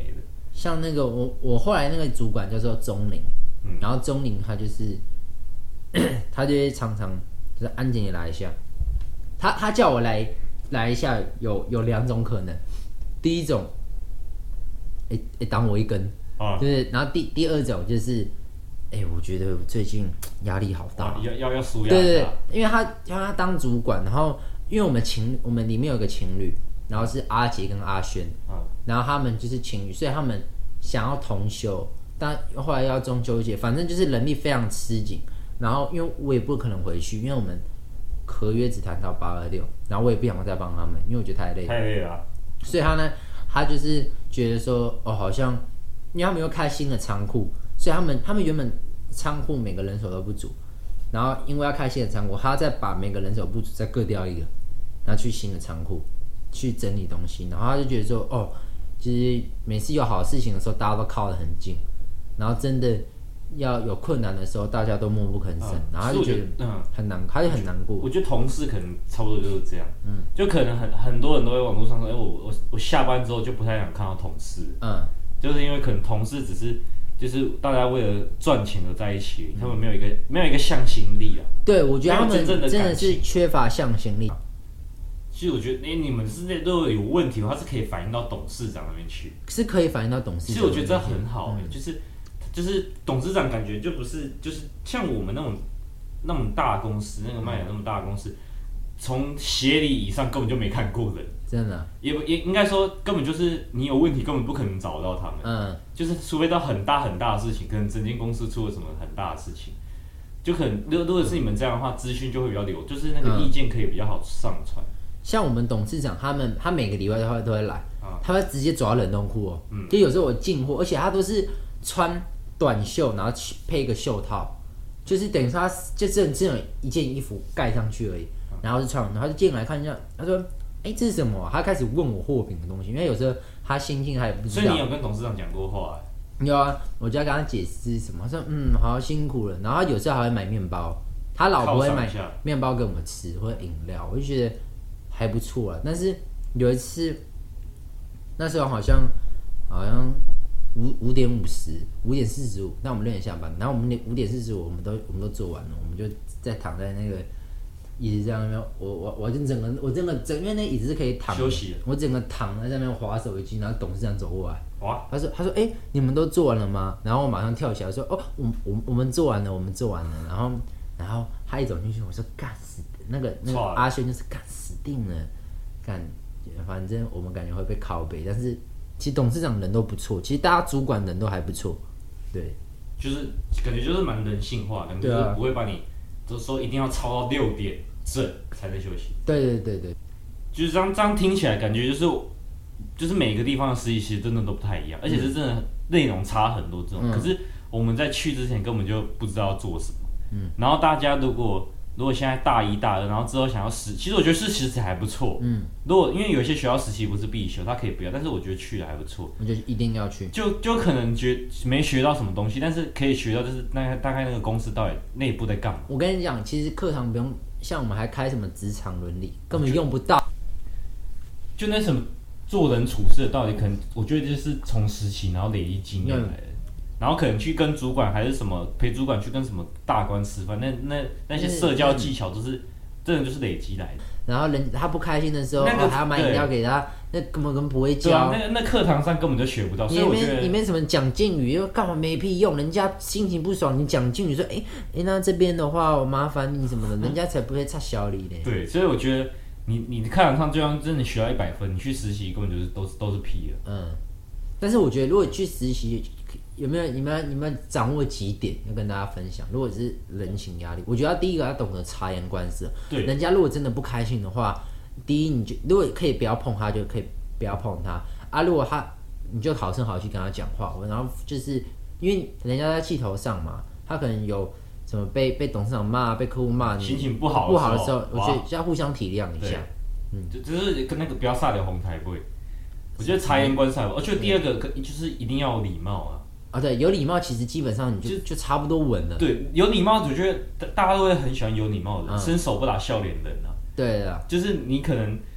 像那个我后来那个主管叫做钟林，然后钟林他就是他就会常常就是安检也来一下，他叫我来一下有2种可能，第一种挡我一根，就是然后第二种就是。我觉得最近压力好大， 要输压。 对，因为他当主管，然后因为我们里面有个情侣，然后是阿杰跟阿轩，然后他们就是情侣，所以他们想要同休，但后来要中秋节，反正就是人力非常吃紧。然后因为我也不可能回去，因为我们合约只谈到826，然后我也不想再帮他们，因为我觉得太累了。所以他就是觉得说，好像因为他们又开新的仓库。所以他们原本仓库每个人手都不足，然后因为要开新的仓库，他再把每个人手不足再各调一个，然后去新的仓库去整理东西，然后他就觉得说，其实每次有好事情的时候，大家都靠得很近，然后真的要有困难的时候，大家都默不吭声，然后他就觉得很难，他就很难过。 我觉得同事可能差不多就是这样，就可能很多人都在网络上说，我下班之后就不太想看到同事，就是因为可能同事只是。就是大家为了赚钱而在一起，他们没有一个向心力啊。 对，我觉得他们真的是缺乏向心力。 其实我觉得，你们如果有问题的话，是可以反映到董事长那边去， 是可以反映到董事长。 其实我觉得这很好，就是董事长感觉就不是就是像我们那种大公司，那个麦雅那么大的公司，从协理以上根本就没看过人。 真的， 也应该说，根本就是你有问题，根本不可能找到他们。就是除非到很大的事情，可能整间公司出了什么很大的事情，就可能如果是你们这样的话，资讯就会比较流，就是那个意见可以比较好上传。 像我们董事长他每个礼拜都会来，他会直接走到冷冻库就有时候我进货，而且他都是穿短袖，然后配一个袖套，就是等于说他就只有一件衣服盖上去而已，然后是穿，然后就进来看一下，他说。这是什么他开始问我货品的东西，因为有时候他心情他也不知道。 所以你有跟董事长讲过话？ 有啊，我就要跟他解释什么，他说好辛苦了，然后他有时候还会买面包，他老婆会买面包给我们吃或者饮料，我就觉得还不错啊。但是有一次，那时候好像5点45，那我们6点下班，然后我们5点45我们都做完了，我们就再躺在那个。椅子上面，我就整个因为那椅子是可以躺休息， 我整个躺在上面滑手机，然后董事长走过来，他说你们都做完了吗？然后我马上跳起来说我们做完了，然后他一走进去，我说干死那个阿轩就是干死定了，反正我们感觉会被拷贝，但是其实董事长人都不错，其实大家主管人都还不错，对， 就是感觉就是蛮人性化，感觉就是不会把你。就是说一定要超到6点正才能休息。对，就是这样听起来感觉就是每个地方的实习其实真的都不太一样，而且是真的内容差很多这种。可是我们在去之前根本就不知道要做什么。然后大家如果现在大1、大2，然后之后想要其实我觉得实习还不错。如果因为有一些学校实习不是必修，他可以不要，但是我觉得去了还不错。 我觉得一定要去。 就可能没学到什么东西，但是可以学到就是大概那个公司到底内部在干嘛。 我跟你讲，其实课堂不用像我们还开什么职场伦理，根本用不到。 就那什么做人处事的道理，可能我觉得就是从实习然后累积经验来的。然后可能去跟主管还是什么陪主管去跟什么大官吃饭，那些社交技巧都是真的就是累积来的。 然后他不开心的时候，还要买饮料给他，那根本不会教。 对啊，那课堂上根本就学不到。所以我觉得里面什么讲敬语又干嘛没屁用，人家心情不爽，你讲敬语说那这边的话我麻烦你什么的，人家才不会插小李嘞。 对，所以我觉得你课堂上就算真的学到100分，你去实习根本就是都是屁了。 但是我觉得如果去实习。你们掌握几点要跟大家分享？如果是人情压力，我觉得第一个要懂得察言观色。对，人家如果真的不开心的话，第一如果可以不要碰他，就可以不要碰他啊。如果你就好声好气跟他讲话，然后就是因为人家在气头上嘛，他可能有什么被董事长骂、被客户骂， 心情不好的时候，我觉得要互相体谅一下。 就是跟那个不要撒点红台杯。我觉得察言观色，而且第二个就是一定要有礼貌啊。 对，有礼貌其实基本上你就差不多稳了。 对，有礼貌，我觉得大家都会很喜欢有礼貌的人，伸手不打笑脸人啊。 对啊， 就是你可能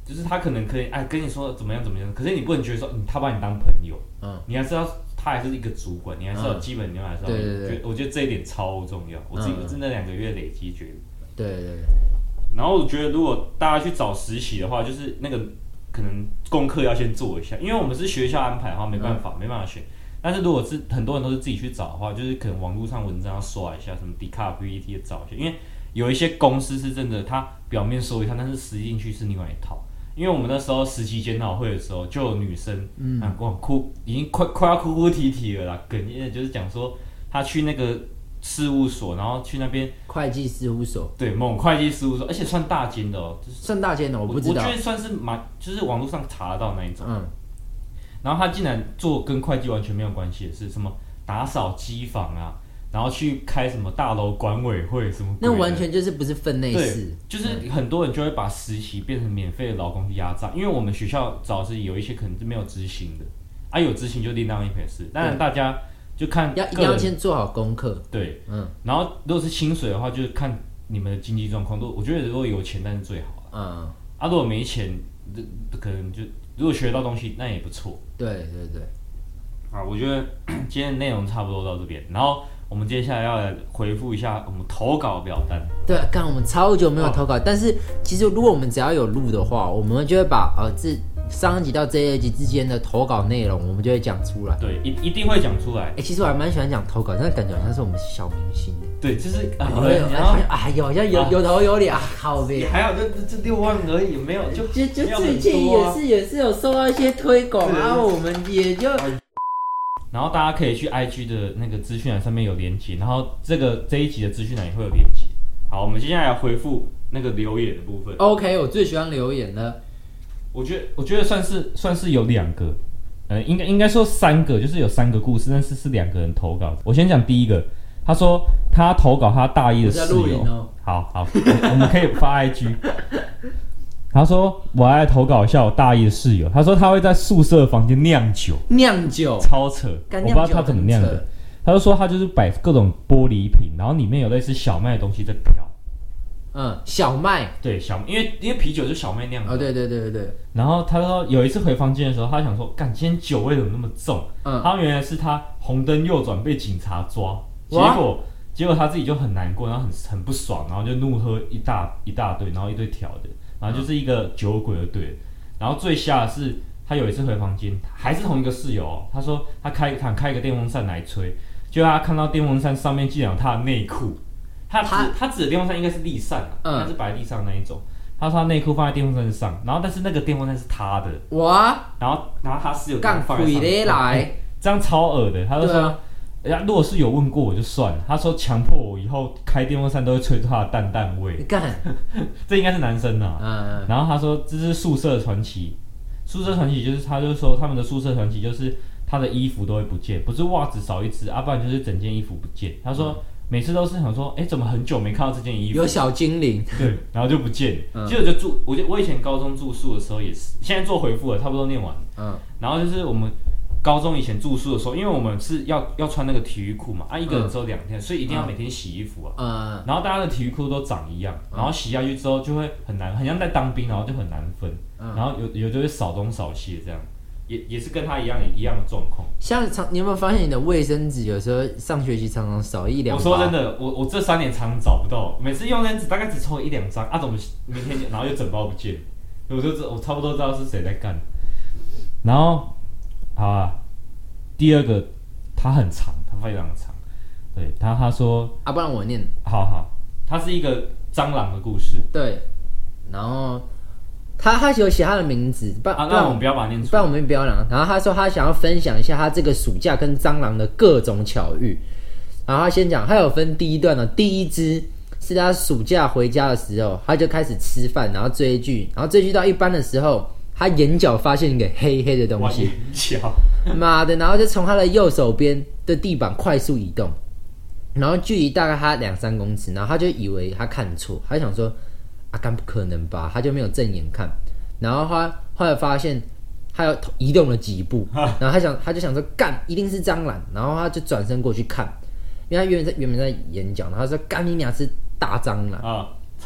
就是他可能可以跟你说怎么样怎么样，可是你不能觉得说他把你当朋友，你还是要他还是一个主管，你还是要基本你还是要，对，我觉得这一点超重要，我自己是那2个月累积觉得，对。然后我觉得如果大家去找实习的话，就是那个可能功课要先做一下，因为我们是学校安排的话，没办法选。但是如果是很多人都是自己去找的话，就是可能网络上文章要刷一下，什么 Dcard、PPT 的找一下，因为有一些公司是真的，他表面说一套，但是实际进去是另外一套。因为我们那时候实习检讨会的时候，就有女生跟我哭，已经快要哭哭啼啼了啦，哽咽，就是讲说她去那个事务所，然后去那边会计事务所， 对，某会计事务所，而且算大间的哦，就是算大间的，我不知道， 我觉得算是就是网络上查得到那一种。然后他竟然做跟会计完全没有关系的事，什么打扫机房啊，然后去开什么大楼管委会什么鬼的， 那完全就是不是分内事。 就是很多人就会把实习变成免费的劳工压榨，因为我们学校找是有一些可能是没有执行的，有执行就另当一回事。当然大家就看一定要先做好功课， 对，然后如果是薪水的话，就是看你们的经济状况。我觉得如果有钱，那是最好的。如果没钱，可能就如果学到东西，那也不错。 对。 我觉得今天的内容差不多到这边，然后我们接下来要来回复一下我们投稿表单。 对，刚我们超久没有投稿，但是其实如果我们只要有录的话，我们就会把上一集到这一集之间的投稿内容，我们就会讲出来。 对，一定会讲出来。 其实我还蛮喜欢讲投稿，但是感觉好像是我们小明星的。 对，就是好像有头有脸，好呗。 还有这6万而已，没有就最近也是有收到一些推广，然后我们也就。 然后大家可以去 IG 的那个资讯栏上面有连结，然后这一集的资讯栏也会有连结。好，我们接下来回复那个留言的部分。 OK， 我最喜欢留言了。 我觉得算是有2个，应该说3个，就是有3个故事，但是是2个人投稿。我先讲第一个，他说他投稿他大一的室友。好，我们可以发 IG。他说我来投稿一下我大一的室友。他说他会在宿舍房间酿酒，超扯，我不知道他怎么酿的。他就说他就是摆各种玻璃瓶，然后里面有类似小麦的东西在飘。 小麦， 对，因为啤酒就是小麦酿的。 对。 然后他说有一次回房间的时候，他想说，干，今天酒味怎么那么重？他原来是他红灯右转被警察抓，结果他自己就很难过，然后很不爽，然后就怒喝一大堆，然后一堆条的，然后就是一个酒鬼就对了。然后最吓的是，他有一次回房间，还是同一个室友他说他开一个电风扇来吹，结果他看到电风扇上面竟然有他的内裤。他指的电风扇应该是立扇，应该是摆在地上那一种。他说他内裤放在电风扇上，然后但是那个电风扇是他的，然后他室友干鬼的来， 这样超恶的。他就说，如果是有问过我就算了，他说强迫我以后开电风扇都会吹出他的淡味。干，这应该是男生啊。然后他说这是宿舍传奇，就是他就说他们的宿舍传奇就是他的衣服都会不见，不是袜子少一只，不然就是整件衣服不见。他说。每次都是想说，怎么很久没看到这件衣服？ 有小精灵， 对，然后就不见。接着就我以前高中住宿的时候也是，现在做回复了，差不多念完。然后就是我们高中以前住宿的时候，因为我们是要穿那个体育裤嘛，一个人只有2天，所以一定要每天洗衣服啊。然后大家的体育裤都长一样，然后洗下去之后就会很像在当兵，然后就很难分。然后有就会少东少西这样。也是跟他一样的状况。像你有没有发现你的卫生纸有时候上学期常常少1-2包？ 我说真的，我这3年常常找不到，每次用那纸大概只抽1-2张怎么明天然后又整包不见，我差不多知道是谁在干。然后第2个它很长，它非常长。对他说不然我念。 好，它是一个蟑螂的故事。 对，然后。他有写他的名字， 那我们不要把它念出来， 不然我们不要讲。然后他说他想要分享一下他这个暑假跟蟑螂的各种巧遇。然后他先讲，他有分第一段的，第一支是他暑假回家的时候，他就开始吃饭，然后追剧，然后追剧到一半的时候，他眼角发现一个黑黑的东西， 眼角， 妈的，然后就从他的右手边的地板快速移动，然后距离大概他2-3公尺，然后他就以为他看错，他就想说。干不可能吧？他就没有正眼看，然后他后来发现他又移动了几步，然后他就想说干一定是蟑螂，然后他就转身过去看，因为他原本在眼角，然后他说干你娘是大蟑螂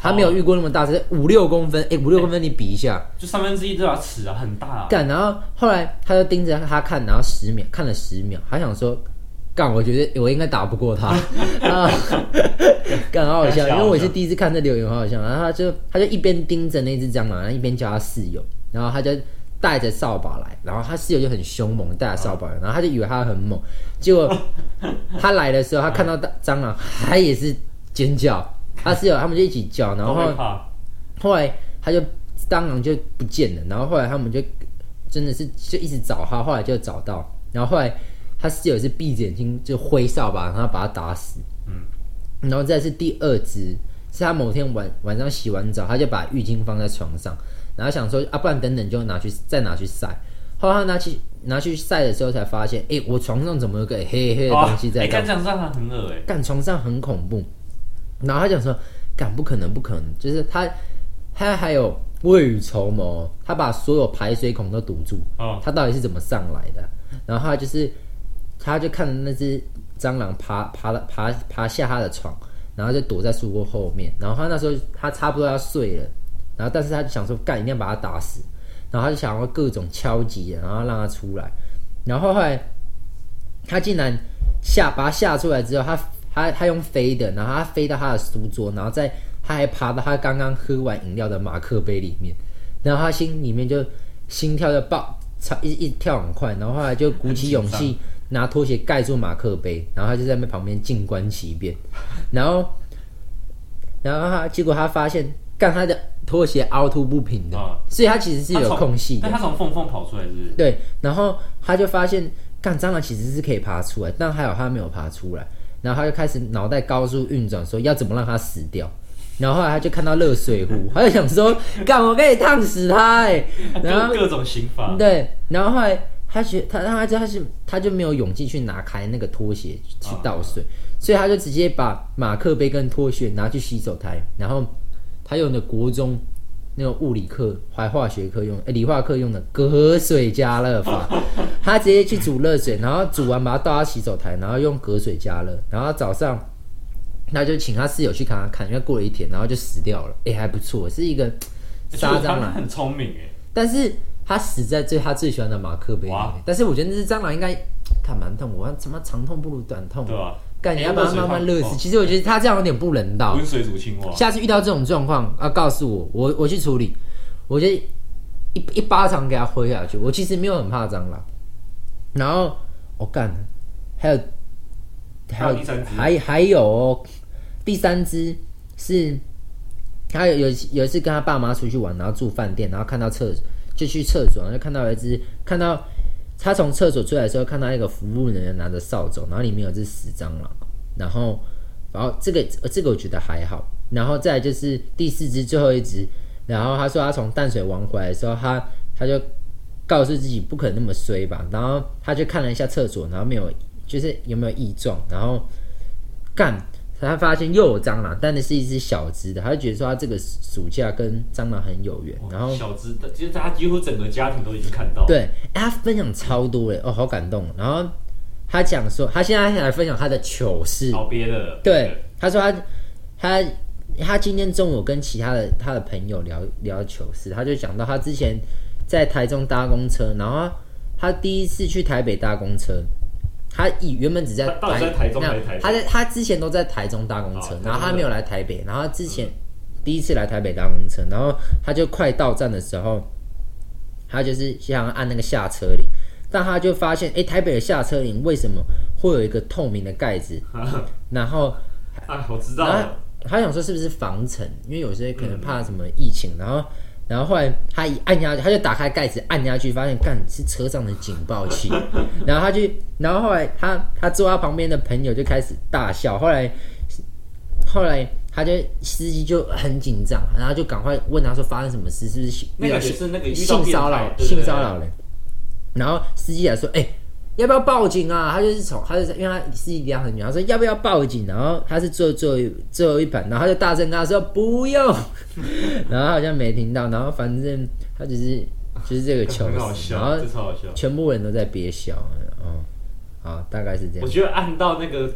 他没有遇过那么大，是5-6公分，5-6公分你比一下， 就1/3这把尺啊，很大啊。 干，然后后来他就盯着他看，然后看了10秒，他想说，干，我觉得我应该打不过他，啊，干，好好笑，因为我是第一次看这留言，好好笑。然后他就一边盯着那只蟑螂，然后一边叫他室友，然后他就带着扫把来，然后他室友就很凶猛，带着扫把来，然后他就以为他很猛，结果他来的时候，他看到蟑螂，他也是尖叫，他室友他们就一起叫，然后后来蟑螂就不见了，然后后来他们就真的是就一直找他，后来就找到，然后后来他室友是闭着眼睛就挥扫把，然后把他打死，然后再是第2只，是他某天晚上洗完澡，他就把浴巾放在床上，然后想说啊，不然等等就再拿去晒。后来他拿去晒的时候才发现，我床上怎么有个黑黑的东西在？ 干床上很恶干床上很恐怖。然后他讲说，干不可能，就是他还有未雨绸缪，他把所有排水孔都堵住。他到底是怎么上来的？然后他就看着那只蟑螂爬下他的床，然后就躲在书桌后面。然后他那时候他差不多要睡了，然后但是他就想说，干一定要把他打死。然后他就想要各种敲击，然后让他出来。然后后来他竟然把他吓出来之后，他用飞的，然后他飞到他的书桌，然后他还爬到他刚刚喝完饮料的马克杯里面，然后他里面就心跳就一直跳很快，然后后来就鼓起勇气拿拖鞋盖住马克杯，然后他就在那旁边静观其变，然后结果他发现，干他的拖鞋凹凸不平的，所以他其实是有空隙的。 但他从缝跑出来是不是？ 对，然后他就发现，干蟑螂其实是可以爬出来，但还好他没有爬出来。然后他就开始脑袋高速运转，说要怎么让他死掉。然后后来他就看到热水壶，他就想说，干我可以烫死他然后各种刑法。 对，然后后来他就没有勇气去拿开那个拖鞋去倒水，所以他就直接把马克杯跟拖鞋拿去洗手台，然后他用的国中那种物理课还化学课用理化课用的隔水加热法，他直接去煮热水，然后煮完把它倒到洗手台，然后用隔水加热，然后早上他就请他室友去看，因为过了1天，然后就死掉了。还不错，是一个杀蟑螂， 很聪明但是他死在他最喜欢的马克杯里面。但是我觉得那只蟑螂应该看蛮痛，我他妈长痛不如短痛， 对吧？ 干，你要把它慢慢热死。其实我觉得他这样有点不人道。 温水煮青蛙。下次遇到这种状况，告诉我去处理。我觉得一巴掌给他挥下去。我其实没有很怕蟑螂。然后我干，还有第三只， 还有第3只是他有一次跟他爸妈出去玩，然后住饭店，然后看到就去厕所，然后就看到他从厕所出来的时候，看到一个服务人员拿着扫帚，然后里面有只死蟑螂，然后这个我觉得还好，然后再来就是第4只最后一只，然后他说他从淡水玩回来的时候，他就告诉自己不可能那么衰吧，然后他就看了一下厕所，然后就是有没有异状，然后他发现又有蟑螂，但是一只小只的，他就觉得说他这个暑假跟蟑螂很有缘。然后小只的，其实他几乎整个家庭都已经看到。 对，他分享超多嘞，好感动。然后他讲说，他现在来分享他的糗事。 好别的。 对，他说他今天中午跟其他的他的朋友聊糗事，他就讲到他之前在台中搭公车，然后他第一次去台北搭公车。他原本只在台中还是台北？ 他之前都在台中搭公车，然后他没有来台北，然后之前第一次来台北搭公车，然后他就快到站的时候，他就是想按那个下车铃，但他就发现，台北的下车铃为什么会有一个透明的盖子？然后我知道了， 他想说是不是防尘，因为有些可能怕什么疫情，然后后来他一按下去，他就打开盖子按下去，发现干是车上的警报器。然后后来他坐他旁边的朋友就开始大笑。后来司机就很紧张，然后就赶快问他说发生什么事，是不是那个是那个性骚扰人？然后司机来说，要不要报警啊？他就是因为他司机离他很远，他说要不要报警？然后他是坐最后一排，然后他就大声跟他说不用，然后好像没听到，然后反正他就是这个糗事，然后全部人都在憋笑，好，大概是这样。 我觉得按到那个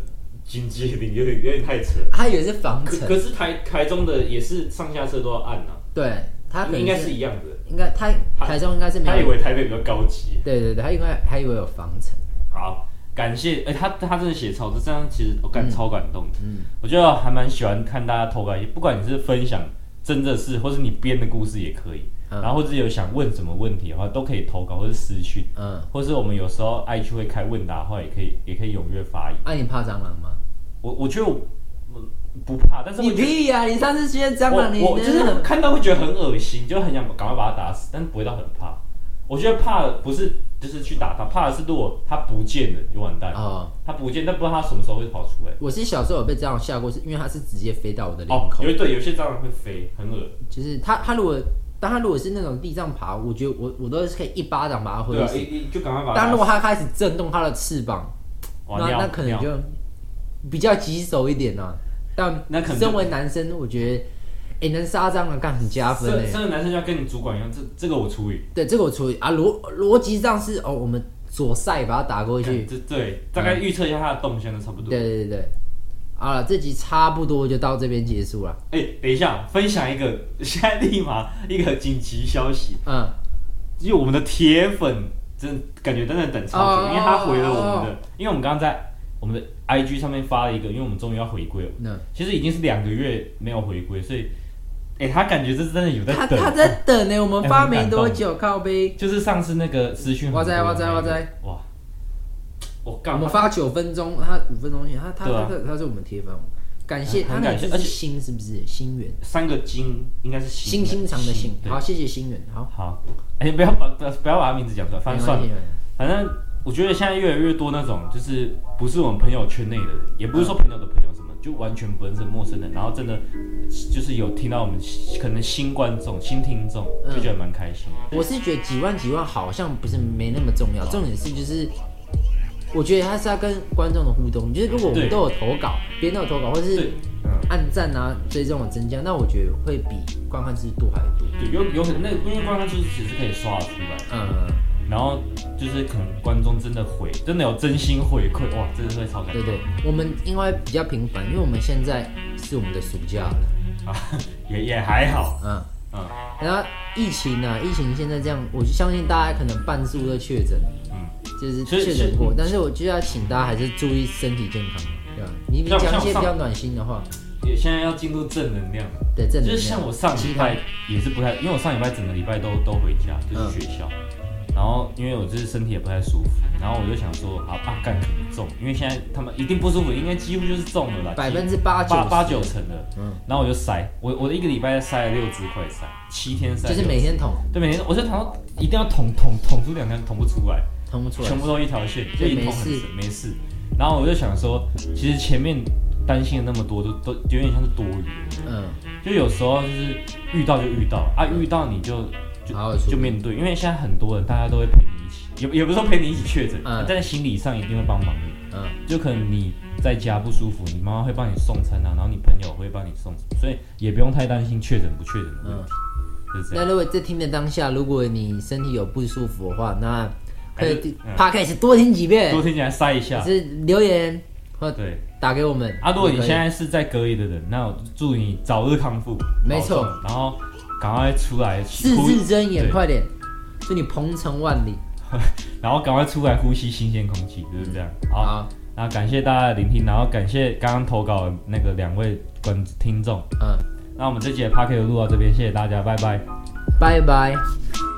经济领有点太扯。 他以为是房程， 可是台中的也是上下车都要按啊。 对，他应该是一样的。 应该台中应该是没有。 他以为台北比较高级。 对，他应该还以为有房程。 好，感谢他真的写超，这样其实我超感动的。我觉得还蛮喜欢看大家投稿，不管你是分享真的是，或是你编的故事也可以。然后或者有想问什么问题的话，都可以投稿或是私讯，或是我们有时候 IG 会开问答的话，也可以踊跃发言。 你怕蟑螂吗？ 我觉得我不怕，但是你屁呀！你上次见蟑螂， 我就是看到会觉得很恶心，就很想赶快把它打死，但是不会到很怕。我觉得怕的不是就是去打它，怕的是如果它不见了就完蛋了。它不见，但不知道它什么时候会跑出来。 我是小时候有被蟑螂吓过，是因为它是直接飞到我的领口。 有些蟑螂会飞，很恶。 就是它如果是那种地上爬，我觉得我都是可以一巴掌把它挥死， 就赶快把它。 但如果它开始震动它的翅膀，那可能就比较棘手一点啊。但身为男生，我觉得能杀蟑螂干很加分欸。 身为男生就要跟你主管一样，这个我处理。 对，这个我处理啊。逻辑上是我们左塞把它打过去。 对，大概预测一下它的动向都差不多。 对。好了，这集差不多就到这边结束了。 等一下，分享一个，现在立马一个紧急消息。因为我们的铁粉真感觉真的等超久，因为他回了我们的，因为我们刚刚在我们的 IG 上面发了一个，因为我们终于要回归了。其实已经是2个月没有回归，所以他感觉这真的有在等。 他在等呢，我们发没多久，靠背。 就是上次那个私讯， 哇塞， 哇！ 我们发9分钟，他5分钟前，他是我们铁粉，感谢他那个是心是不是心源 ？3个金应该是心肠的心。好，谢谢心源。好， 不要把他名字讲出来，反正算了。反正我觉得现在越来越多那种，就是不是我们朋友圈内的人，也不是说朋友的朋友什么，就完全不认识陌生人，然后真的就是有听到我们可能新观众、新听众，就觉得蛮开心。 我是觉得几万好像不是没那么重要，重点是就是。我觉得他是要跟观众的互动，就是如果我们都有投稿，别人都有投稿，或是按赞啊、追踪的增加，那我觉得会比观看次数多还多。 对，有可能因为观看次数其实可以刷得出来。然后就是可能观众真的有真心回馈，哇，真的会超感动。 对，我们因为比较频繁，因为我们现在是我们的暑假了。 也还好。 然后疫情现在这样，我相信大家可能半数都确诊。就是确诊过，但是我就要请大家还是注意身体健康，对吧？你讲一些比较暖心的话。 现在要进入正能量。 对，正能量。 就是像我上礼拜也是不太，因为我上礼拜整个礼拜都回家，就是学校。然后因为我就是身体也不太舒服，然后我就想说，干可能中，因为现在他们一定不舒服，应该几乎就是中了啦 ，8%-9% 的。然后我就塞，我的1个礼拜塞了6支快塞，7天塞， 就是每天捅。 对，每天我就想说一定要捅出2天，捅不出来。全部都一条线，就一捅很深，没事。然后我就想说，其实前面担心的那么多，都有点像是多余的。就有时候就是遇到就遇到遇到你就面对，因为现在很多人大家都会陪你一起，也不是说陪你一起确诊，在心理上一定会帮忙你。就可能你在家不舒服，你妈妈会帮你送餐啊，然后你朋友会帮你送，所以也不用太担心确诊不确诊的问题。 那如果在听的当下，如果你身体有不舒服的话，那可以 Podcast 多听几遍， 多听起来塞一下， 是留言或打给我们。 如果你现在是在隔离的人，那我祝你早日康复， 没错， 然后赶快出来， 四字真言，快点，祝你鹏程万里， 然后赶快出来呼吸新鲜空气，就是这样。好，然后感谢大家的聆听，然后感谢刚刚投稿的那个2位听众。那我们这集的 Podcast 录到这边，谢谢大家，拜拜， 拜拜。